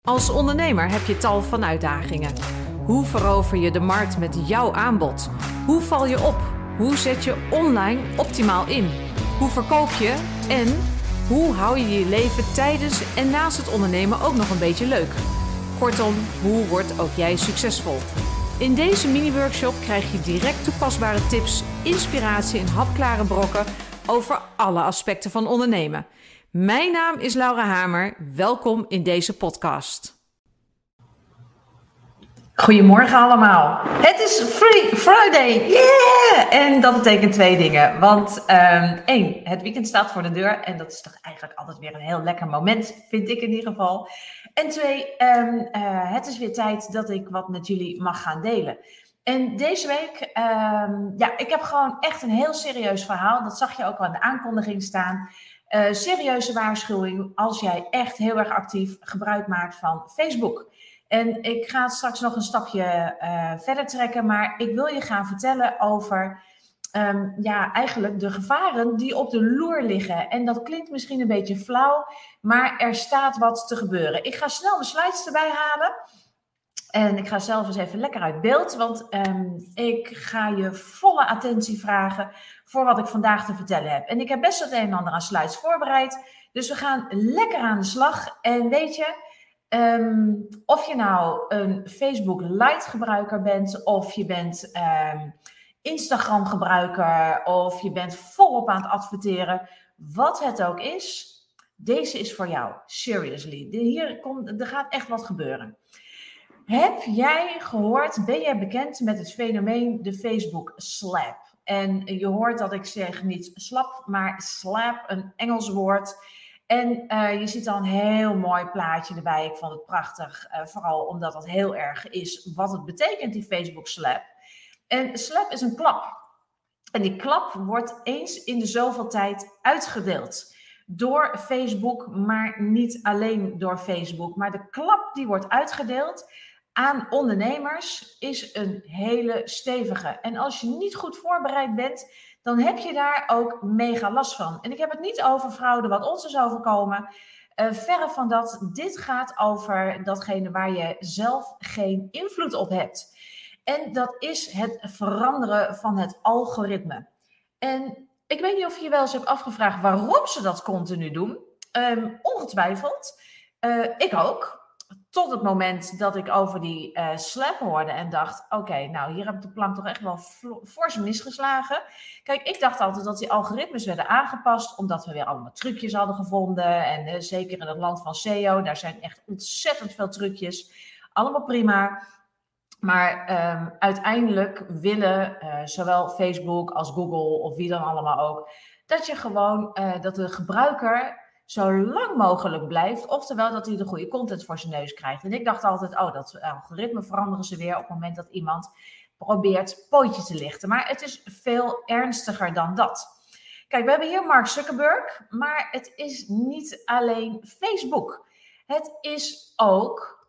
Als ondernemer heb je tal van uitdagingen. Hoe verover je de markt met jouw aanbod? Hoe val je op? Hoe zet je online optimaal in? Hoe verkoop je? En hoe hou je je leven tijdens en naast het ondernemen ook nog een beetje leuk? Kortom, hoe wordt ook jij succesvol? In deze mini-workshop krijg je direct toepasbare tips, inspiratie en hapklare brokken over alle aspecten van ondernemen. Mijn naam is Laura Hamer. Welkom in deze podcast. Goedemorgen allemaal. Het is Friday. Yeah! En dat betekent twee dingen. Want 1, het weekend staat voor de deur. En dat is toch eigenlijk altijd weer een heel lekker moment, vind ik in ieder geval. En 2, het is weer tijd dat ik wat met jullie mag gaan delen. En deze week, ik heb gewoon echt een heel serieus verhaal. Dat zag je ook al in de aankondiging staan. Serieuze waarschuwing als jij echt heel erg actief gebruik maakt van Facebook. En ik ga het straks nog een stapje verder trekken, maar ik wil je gaan vertellen over eigenlijk de gevaren die op de loer liggen. En dat klinkt misschien een beetje flauw, maar er staat wat te gebeuren. Ik ga snel de slides erbij halen. En ik ga zelf eens even lekker uit beeld, want ik ga je volle attentie vragen voor wat ik vandaag te vertellen heb. En ik heb best het een en ander aan slides voorbereid, dus we gaan lekker aan de slag. En weet je, of je nou een Facebook Lite gebruiker bent, of je bent Instagram gebruiger, of je bent volop aan het adverteren, wat het ook is, deze is voor jou, seriously. Er gaat echt wat gebeuren. Heb jij gehoord, ben jij bekend met het fenomeen de Facebook slap? En je hoort dat ik zeg niet slap, maar slap, een Engels woord. En je ziet al een heel mooi plaatje erbij. Ik vond het prachtig, vooral omdat het heel erg is wat het betekent, die Facebook slap. En slap is een klap. En die klap wordt eens in de zoveel tijd uitgedeeld. Door Facebook, maar niet alleen door Facebook. Maar de klap die wordt uitgedeeld aan ondernemers is een hele stevige. En als je niet goed voorbereid bent, dan heb je daar ook mega last van. En ik heb het niet over fraude wat ons is overkomen. Verre van dat, dit gaat over datgene waar je zelf geen invloed op hebt. En dat is het veranderen van het algoritme. En ik weet niet of je je wel eens hebt afgevraagd waarom ze dat continu doen. Ongetwijfeld. Ik ook. Tot het moment dat ik over die slap hoorde en dacht, oké, nou hier heb ik de plank toch echt wel fors misgeslagen. Kijk, ik dacht altijd dat die algoritmes werden aangepast omdat we weer allemaal trucjes hadden gevonden. En zeker in het land van SEO, daar zijn echt ontzettend veel trucjes. Allemaal prima. Maar uiteindelijk willen zowel Facebook als Google of wie dan allemaal ook, dat je gewoon, dat de gebruiker zo lang mogelijk blijft, oftewel dat hij de goede content voor zijn neus krijgt. En ik dacht altijd, dat algoritme veranderen ze weer op het moment dat iemand probeert pootje te lichten. Maar het is veel ernstiger dan dat. Kijk, we hebben hier Mark Zuckerberg, maar het is niet alleen Facebook. Het is ook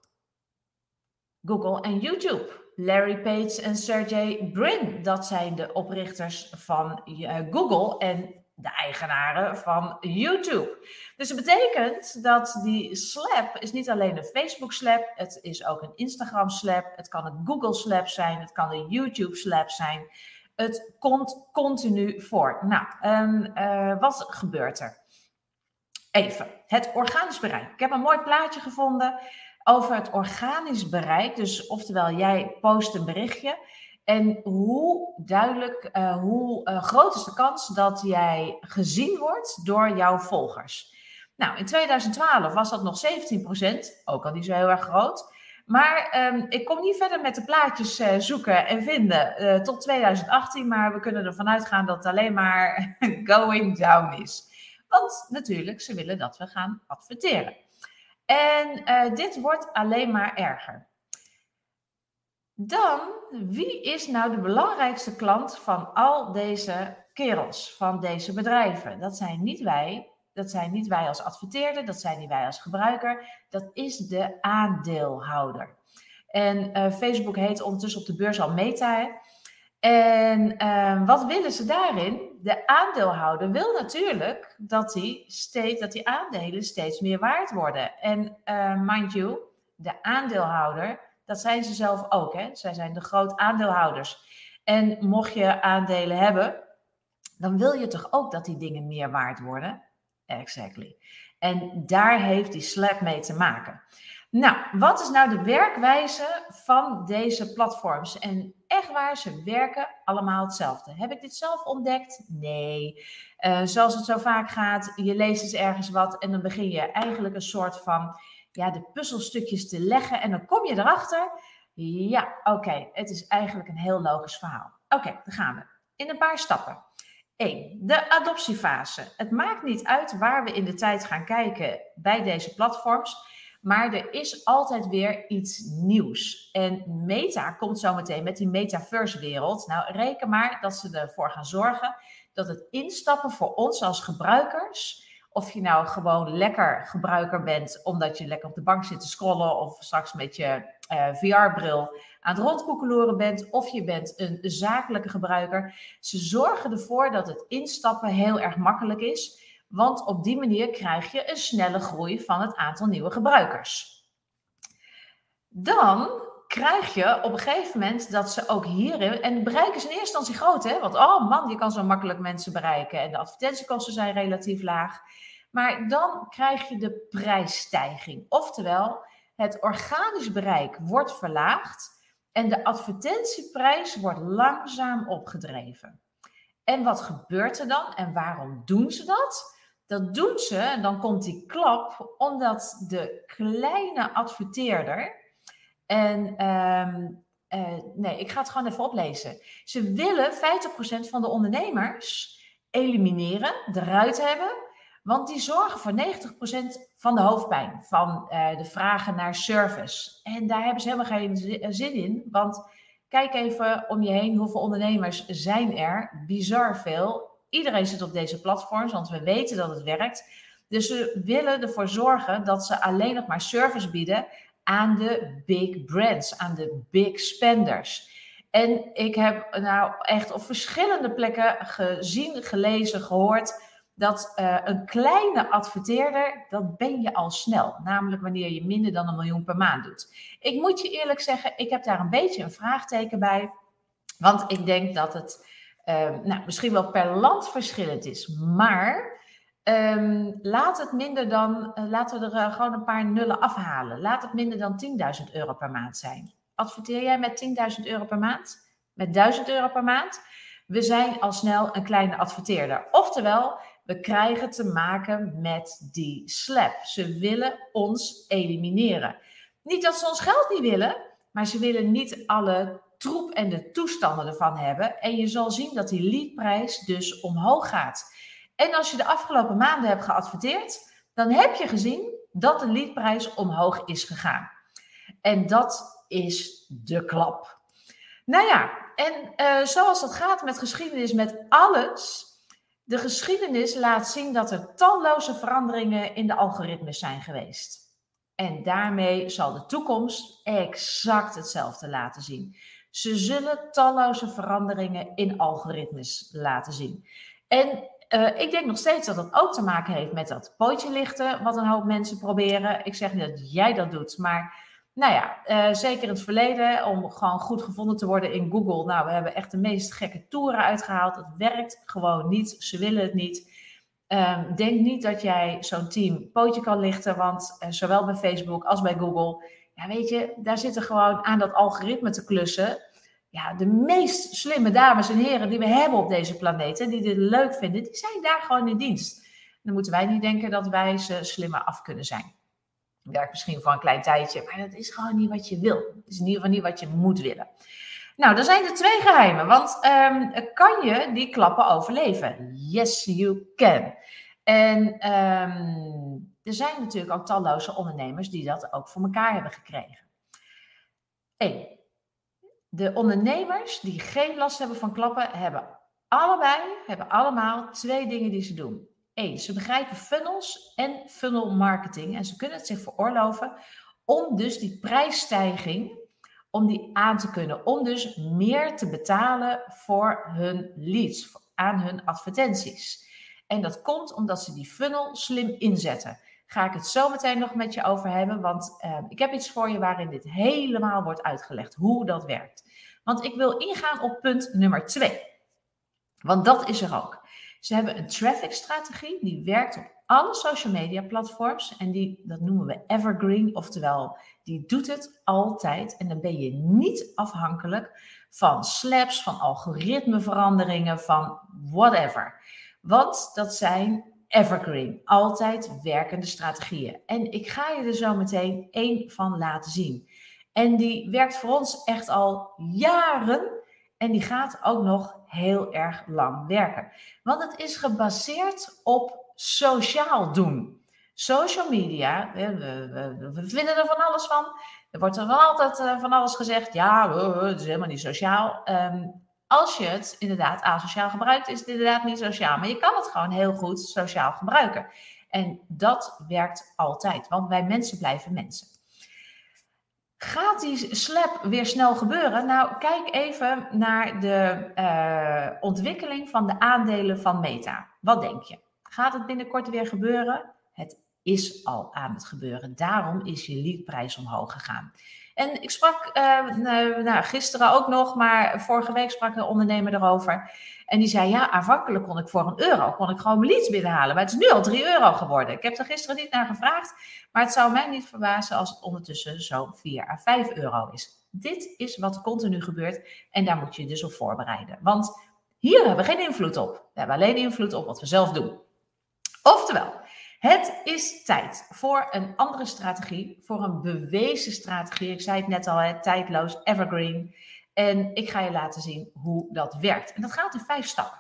Google en YouTube. Larry Page en Sergey Brin, dat zijn de oprichters van Google en de eigenaren van YouTube. Dus het betekent dat die slap is niet alleen een Facebook slap, het is ook een Instagram slap, het kan een Google slap zijn, het kan een YouTube slap zijn. Het komt continu voor. Nou, wat gebeurt er? Even, het organisch bereik. Ik heb een mooi plaatje gevonden over het organisch bereik. Dus oftewel, jij post een berichtje. En hoe groot is de kans dat jij gezien wordt door jouw volgers? Nou, in 2012 was dat nog 17%, ook al niet zo heel erg groot. Maar ik kom niet verder met de plaatjes zoeken en vinden tot 2018. Maar we kunnen ervan uitgaan dat het alleen maar going down is. Want natuurlijk, ze willen dat we gaan adverteren. En dit wordt alleen maar erger. Dan, wie is nou de belangrijkste klant van al deze kerels, van deze bedrijven? Dat zijn niet wij. Dat zijn niet wij als adverteerder, dat zijn niet wij als gebruiker. Dat is de aandeelhouder. En Facebook heet ondertussen op de beurs al Meta. Hè? En wat willen ze daarin? De aandeelhouder wil natuurlijk dat die aandelen steeds meer waard worden. En mind you, de aandeelhouder, dat zijn ze zelf ook. Hè? Zij zijn de groot aandeelhouders. En mocht je aandelen hebben, dan wil je toch ook dat die dingen meer waard worden? Exactly. En daar heeft die slab mee te maken. Nou, wat is nou de werkwijze van deze platforms? En echt waar, ze werken allemaal hetzelfde. Heb ik dit zelf ontdekt? Nee. Zoals het zo vaak gaat, je leest eens ergens wat en dan begin je eigenlijk een soort van de puzzelstukjes te leggen en dan kom je erachter. Ja, oké, het is eigenlijk een heel logisch verhaal. Oké, dan gaan we. In een paar stappen. 1. De adoptiefase. Het maakt niet uit waar we in de tijd gaan kijken bij deze platforms, maar er is altijd weer iets nieuws. En Meta komt zo meteen met die metaverse-wereld. Nou, reken maar dat ze ervoor gaan zorgen dat het instappen voor ons als gebruikers, of je nou gewoon lekker gebruiker bent omdat je lekker op de bank zit te scrollen of straks met je VR-bril aan het rondkoekeloeren bent, of je bent een zakelijke gebruiker. Ze zorgen ervoor dat het instappen heel erg makkelijk is, want op die manier krijg je een snelle groei van het aantal nieuwe gebruikers. Dan krijg je op een gegeven moment dat ze ook hierin, en het bereik is in eerste instantie groot, hè? Want oh man, je kan zo makkelijk mensen bereiken en de advertentiekosten zijn relatief laag. Maar dan krijg je de prijsstijging. Oftewel, het organisch bereik wordt verlaagd en de advertentieprijs wordt langzaam opgedreven. En wat gebeurt er dan en waarom doen ze dat? Dat doen ze, en dan komt die klap, omdat de kleine adverteerder, ik ga het gewoon even oplezen. Ze willen 50% van de ondernemers elimineren, eruit hebben, want die zorgen voor 90% van de hoofdpijn, van de vragen naar service. En daar hebben ze helemaal geen zin in, want kijk even om je heen, hoeveel ondernemers zijn er? Bizar veel. Iedereen zit op deze platforms, want we weten dat het werkt. Dus ze willen ervoor zorgen dat ze alleen nog maar service bieden aan de big brands, aan de big spenders. En ik heb nou echt op verschillende plekken gezien, gelezen, gehoord dat een kleine adverteerder, dat ben je al snel. Namelijk wanneer je minder dan 1 miljoen per maand doet. Ik moet je eerlijk zeggen, ik heb daar een beetje een vraagteken bij. Want ik denk dat het misschien wel per land verschillend is. Maar laten we er gewoon een paar nullen afhalen. Laat het minder dan €10.000 per maand zijn. Adverteer jij met €10.000 per maand? Met €1.000 per maand? We zijn al snel een kleine adverteerder. Oftewel, we krijgen te maken met die slap. Ze willen ons elimineren. Niet dat ze ons geld niet willen, maar ze willen niet alle troep en de toestanden ervan hebben. En je zal zien dat die leadprijs dus omhoog gaat. En als je de afgelopen maanden hebt geadverteerd, dan heb je gezien dat de leadprijs omhoog is gegaan. En dat is de klap. Nou ja, en zoals dat gaat met geschiedenis, met alles. De geschiedenis laat zien dat er talloze veranderingen in de algoritmes zijn geweest. En daarmee zal de toekomst exact hetzelfde laten zien. Ze zullen talloze veranderingen in algoritmes laten zien. En ik denk nog steeds dat dat ook te maken heeft met dat pootje lichten, wat een hoop mensen proberen. Ik zeg niet dat jij dat doet, maar nou ja, zeker in het verleden, om gewoon goed gevonden te worden in Google. Nou, we hebben echt de meest gekke toeren uitgehaald. Het werkt gewoon niet. Ze willen het niet. Denk niet dat jij zo'n team pootje kan lichten, want zowel bij Facebook als bij Google, ja weet je, daar zitten gewoon aan dat algoritme te klussen. Ja, de meest slimme dames en heren die we hebben op deze planeet, en die dit leuk vinden, die zijn daar gewoon in dienst. Dan moeten wij niet denken dat wij ze slimmer af kunnen zijn. Werkt misschien voor een klein tijdje, maar dat is gewoon niet wat je wil. Het is in ieder geval niet wat je moet willen. Nou, er zijn er 2 geheimen, want kan je die klappen overleven? Yes, you can. En er zijn natuurlijk ook talloze ondernemers die dat ook voor elkaar hebben gekregen. 1. De ondernemers die geen last hebben van klappen, hebben allemaal 2 dingen die ze doen. 1. Ze begrijpen funnels en funnel marketing. En ze kunnen het zich veroorloven om dus die prijsstijging, om die aan te kunnen. Om dus meer te betalen voor hun leads, aan hun advertenties. En dat komt omdat ze die funnel slim inzetten. ga ik het zo meteen nog met je over hebben. Want ik heb iets voor je waarin dit helemaal wordt uitgelegd. Hoe dat werkt. Want ik wil ingaan op punt nummer 2. Want dat is er ook. Ze hebben een traffic strategie. Die werkt op alle social media platforms. En dat noemen we evergreen. Oftewel, die doet het altijd. En dan ben je niet afhankelijk van slaps, van algoritmeveranderingen, van whatever. Want dat zijn evergreen, altijd werkende strategieën. En ik ga je er zo meteen 1 van laten zien. En die werkt voor ons echt al jaren en die gaat ook nog heel erg lang werken. Want het is gebaseerd op sociaal doen. Social media, we vinden er van alles van. Er wordt er wel altijd van alles gezegd. Ja, het is helemaal niet sociaal. Als je het inderdaad asociaal gebruikt, is het inderdaad niet sociaal. Maar je kan het gewoon heel goed sociaal gebruiken. En dat werkt altijd, want wij mensen blijven mensen. Gaat die slap weer snel gebeuren? Nou, kijk even naar de ontwikkeling van de aandelen van Meta. Wat denk je? Gaat het binnenkort weer gebeuren? Het is al aan het gebeuren. Daarom is je leadprijs omhoog gegaan. En ik sprak gisteren ook nog, maar vorige week sprak een ondernemer erover. En die zei, ja, aanvankelijk kon ik voor €1 kon ik gewoon mijn leads binnenhalen. Maar het is nu al €3 geworden. Ik heb er gisteren niet naar gevraagd. Maar het zou mij niet verbazen als het ondertussen zo'n €4 à €5 is. Dit is wat continu gebeurt en daar moet je je dus op voorbereiden. Want hier hebben we geen invloed op. We hebben alleen invloed op wat we zelf doen. Oftewel, het is tijd voor een andere strategie, voor een bewezen strategie. Ik zei het net al, tijdloos, evergreen. En ik ga je laten zien hoe dat werkt. En dat gaat in 5 stappen.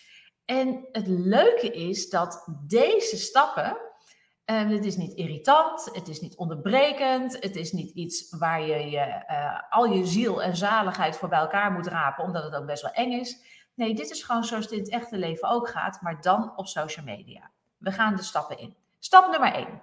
En het leuke is dat deze stappen, het is niet irritant, het is niet onderbrekend, het is niet iets waar je al je ziel en zaligheid voor bij elkaar moet rapen, omdat het ook best wel eng is. Nee, dit is gewoon zoals het in het echte leven ook gaat, maar dan op social media. We gaan de stappen in. Stap nummer 1.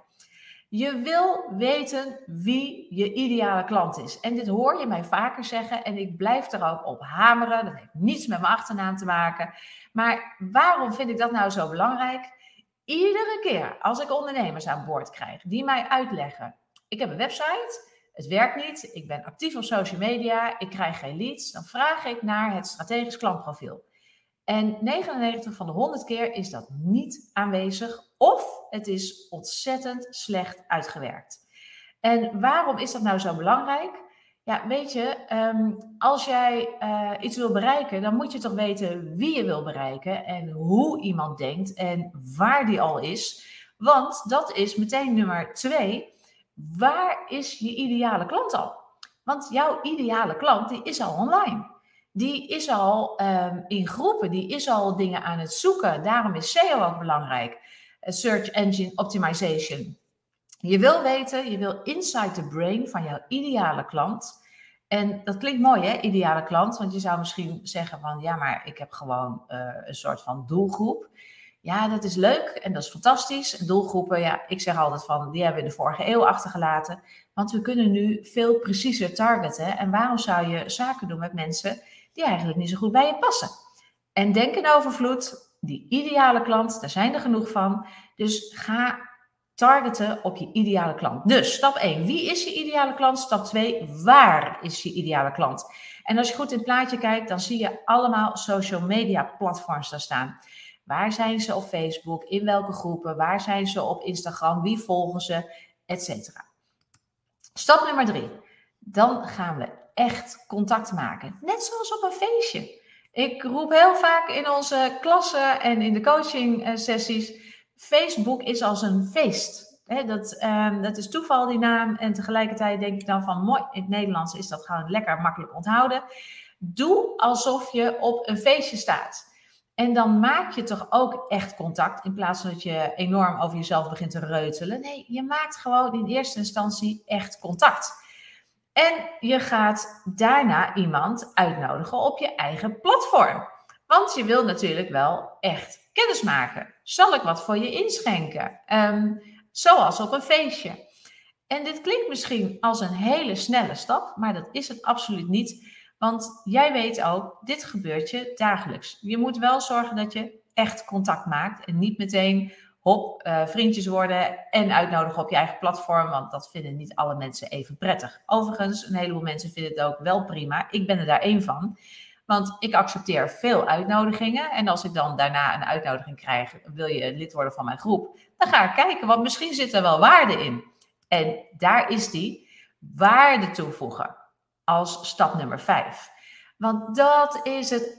Je wil weten wie je ideale klant is. En dit hoor je mij vaker zeggen en ik blijf er ook op hameren. Dat heeft niets met mijn achternaam te maken. Maar waarom vind ik dat nou zo belangrijk? Iedere keer als ik ondernemers aan boord krijg die mij uitleggen, ik heb een website, het werkt niet, ik ben actief op social media, ik krijg geen leads, dan vraag ik naar het strategisch klantprofiel. En 99 van de 100 keer is dat niet aanwezig of het is ontzettend slecht uitgewerkt. En waarom is dat nou zo belangrijk? Ja, weet je, als jij iets wil bereiken, dan moet je toch weten wie je wil bereiken en hoe iemand denkt en waar die al is. Want dat is meteen nummer 2. Waar is je ideale klant al? Want jouw ideale klant, die is al online. Die is al in groepen, die is al dingen aan het zoeken. Daarom is SEO ook belangrijk. Search Engine Optimization. Je wil weten, je wil inside the brain van jouw ideale klant. En dat klinkt mooi, hè, ideale klant. Want je zou misschien zeggen van, ja, maar ik heb gewoon een soort van doelgroep. Ja, dat is leuk en dat is fantastisch. Doelgroepen, ja, ik zeg altijd van, die hebben we in de vorige eeuw achtergelaten. Want we kunnen nu veel preciezer targeten. En waarom zou je zaken doen met mensen die eigenlijk niet zo goed bij je passen? En denk in overvloed, die ideale klant, daar zijn er genoeg van. Dus ga targeten op je ideale klant. Dus stap 1, wie is je ideale klant? Stap 2, waar is je ideale klant? En als je goed in het plaatje kijkt, dan zie je allemaal social media platforms daar staan. Waar zijn ze op Facebook? In welke groepen? Waar zijn ze op Instagram? Wie volgen ze? Etcetera. Stap nummer 3. Dan gaan we echt contact maken. Net zoals op een feestje. Ik roep heel vaak in onze klassen en in de coaching sessies, Facebook is als een feest. Dat is toeval, die naam. En tegelijkertijd denk ik dan van, mooi, in het Nederlands is dat gewoon lekker makkelijk onthouden. Doe alsof je op een feestje staat. En dan maak je toch ook echt contact, in plaats van dat je enorm over jezelf begint te reutelen. Nee, je maakt gewoon in eerste instantie echt contact. En je gaat daarna iemand uitnodigen op je eigen platform. Want je wil natuurlijk wel echt kennis maken. Zal ik wat voor je inschenken? Zoals op een feestje. En dit klinkt misschien als een hele snelle stap, maar dat is het absoluut niet. Want jij weet ook, dit gebeurt je dagelijks. Je moet wel zorgen dat je echt contact maakt en niet meteen vriendjes worden en uitnodigen op je eigen platform, want dat vinden niet alle mensen even prettig. Overigens, een heleboel mensen vinden het ook wel prima. Ik ben er daar één van, want ik accepteer veel uitnodigingen en als ik dan daarna een uitnodiging krijg, wil je lid worden van mijn groep, dan ga ik kijken, want misschien zit er wel waarde in. En daar is die, waarde toevoegen als stap nummer 5. Want dat is het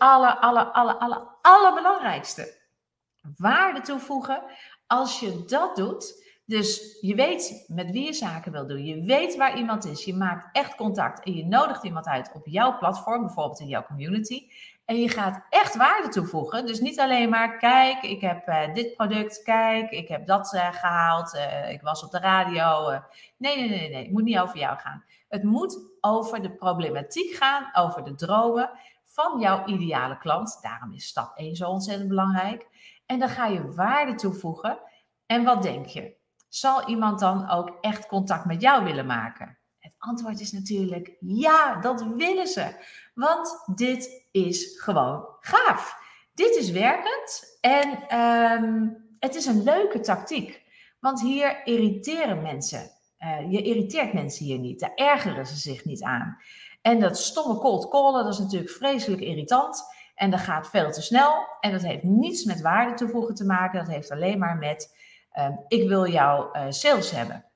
allerbelangrijkste. Waarde toevoegen. Als je dat doet, dus je weet met wie je zaken wil doen, je weet waar iemand is, je maakt echt contact en je nodigt iemand uit op jouw platform, bijvoorbeeld in jouw community, en je gaat echt waarde toevoegen. Dus niet alleen maar, kijk, ik heb dit product, kijk, ik heb dat gehaald, ik was op de radio. Nee, het moet niet over jou gaan. Het moet over de problematiek gaan, over de dromen van jouw ideale klant. Daarom is stap 1 zo ontzettend belangrijk. En dan ga je waarde toevoegen. En wat denk je? Zal iemand dan ook echt contact met jou willen maken? Het antwoord is natuurlijk ja, dat willen ze. Want dit is gewoon gaaf. Dit is werkend en het is een leuke tactiek. Want hier irriteren mensen. Je irriteert mensen hier niet. Daar ergeren ze zich niet aan. En dat stomme cold callen, dat is natuurlijk vreselijk irritant. En dat gaat veel te snel. En dat heeft niets met waarde toevoegen te maken. Dat heeft alleen maar met, ik wil jouw sales hebben.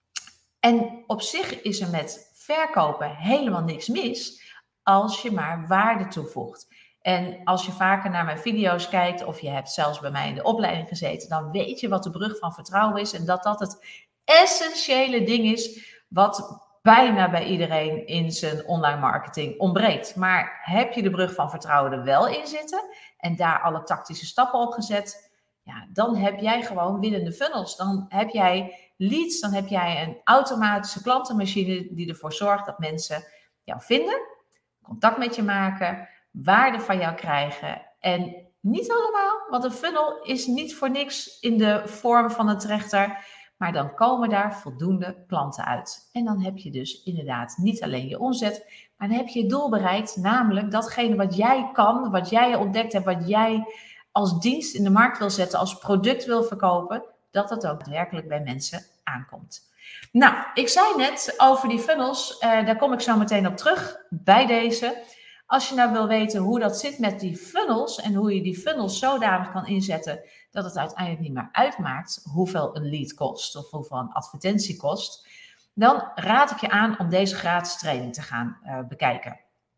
En op zich is er met verkopen helemaal niks mis, als je maar waarde toevoegt. En als je vaker naar mijn video's kijkt, of je hebt zelfs bij mij in de opleiding gezeten, dan weet je wat de brug van vertrouwen is. En dat het essentiële ding is, wat bijna bij iedereen in zijn online marketing ontbreekt. Maar heb je de brug van vertrouwen er wel in zitten en daar alle tactische stappen op gezet, ja, dan heb jij gewoon winnende funnels. Dan heb jij leads, dan heb jij een automatische klantenmachine die ervoor zorgt dat mensen jou vinden, contact met je maken, waarde van jou krijgen. En niet allemaal, want een funnel is niet voor niks in de vorm van een trechter. Maar dan komen daar voldoende klanten uit. En dan heb je dus inderdaad niet alleen je omzet, maar dan heb je je doel bereikt. Namelijk datgene wat jij kan, wat jij ontdekt hebt, wat jij als dienst in de markt wil zetten, als product wil verkopen, dat dat ook daadwerkelijk bij mensen aankomt. Nou, ik zei net over die funnels, daar kom ik zo meteen op terug bij deze. Als je nou wil weten hoe dat zit met die funnels en hoe je die funnels zodanig kan inzetten dat het uiteindelijk niet meer uitmaakt hoeveel een lead kost of hoeveel een advertentie kost, dan raad ik je aan om deze gratis training te gaan bekijken.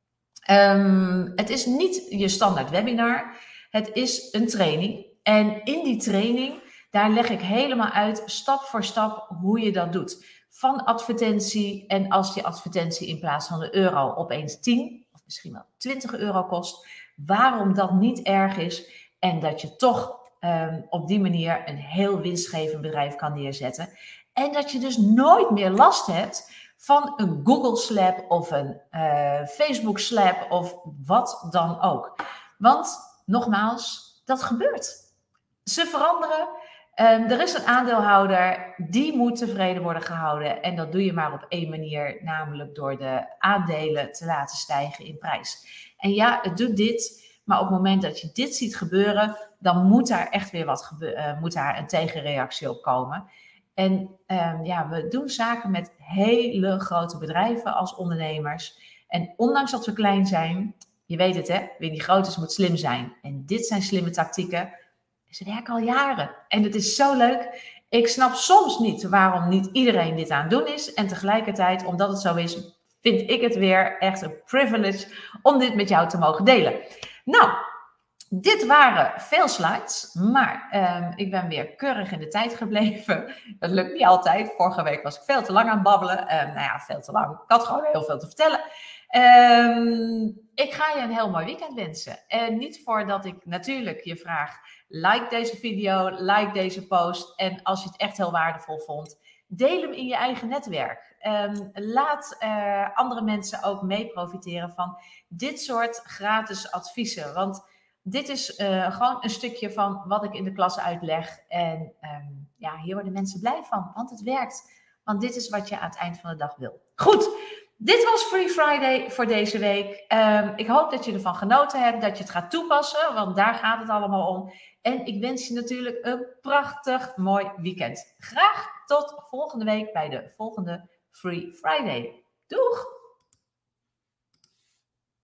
Het is niet je standaard webinar, het is een training. En in die training, daar leg ik helemaal uit, stap voor stap, hoe je dat doet. Van advertentie, en als die advertentie in plaats van €1 opeens 10 of misschien wel €20 kost, waarom dat niet erg is en dat je toch op die manier een heel winstgevend bedrijf kan neerzetten. En dat je dus nooit meer last hebt van een Google slap of een Facebook slap of wat dan ook. Want nogmaals, dat gebeurt. Ze veranderen. Er is een aandeelhouder, die moet tevreden worden gehouden. En dat doe je maar op één manier, namelijk door de aandelen te laten stijgen in prijs. En ja, het doet dit, maar op het moment dat je dit ziet gebeuren, dan moet daar echt weer wat gebeuren, moet daar een tegenreactie op komen. En we doen zaken met hele grote bedrijven als ondernemers. En ondanks dat we klein zijn, je weet het hè, wie niet groot is moet slim zijn. En dit zijn slimme tactieken. Ze werken al jaren. En het is zo leuk. Ik snap soms niet waarom niet iedereen dit aan het doen is. En tegelijkertijd, omdat het zo is, vind ik het weer echt een privilege om dit met jou te mogen delen. Nou, dit waren veel slides, maar ik ben weer keurig in de tijd gebleven. Dat lukt niet altijd. Vorige week was ik veel te lang aan het babbelen. Veel te lang. Ik had gewoon heel veel te vertellen. Ik ga je een heel mooi weekend wensen. En niet voordat ik natuurlijk je vraag, like deze video, like deze post. En als je het echt heel waardevol vond, deel hem in je eigen netwerk. Laat andere mensen ook mee profiteren van dit soort gratis adviezen. Want dit is gewoon een stukje van wat ik in de klas uitleg. En hier worden mensen blij van, want het werkt. Want dit is wat je aan het eind van de dag wil. Goed, Dit was Free Friday voor deze week. Ik hoop dat je ervan genoten hebt, dat je het gaat toepassen, want daar gaat het allemaal om. En ik wens je natuurlijk een prachtig mooi weekend. Graag tot volgende week bij de volgende Free Friday. Doeg!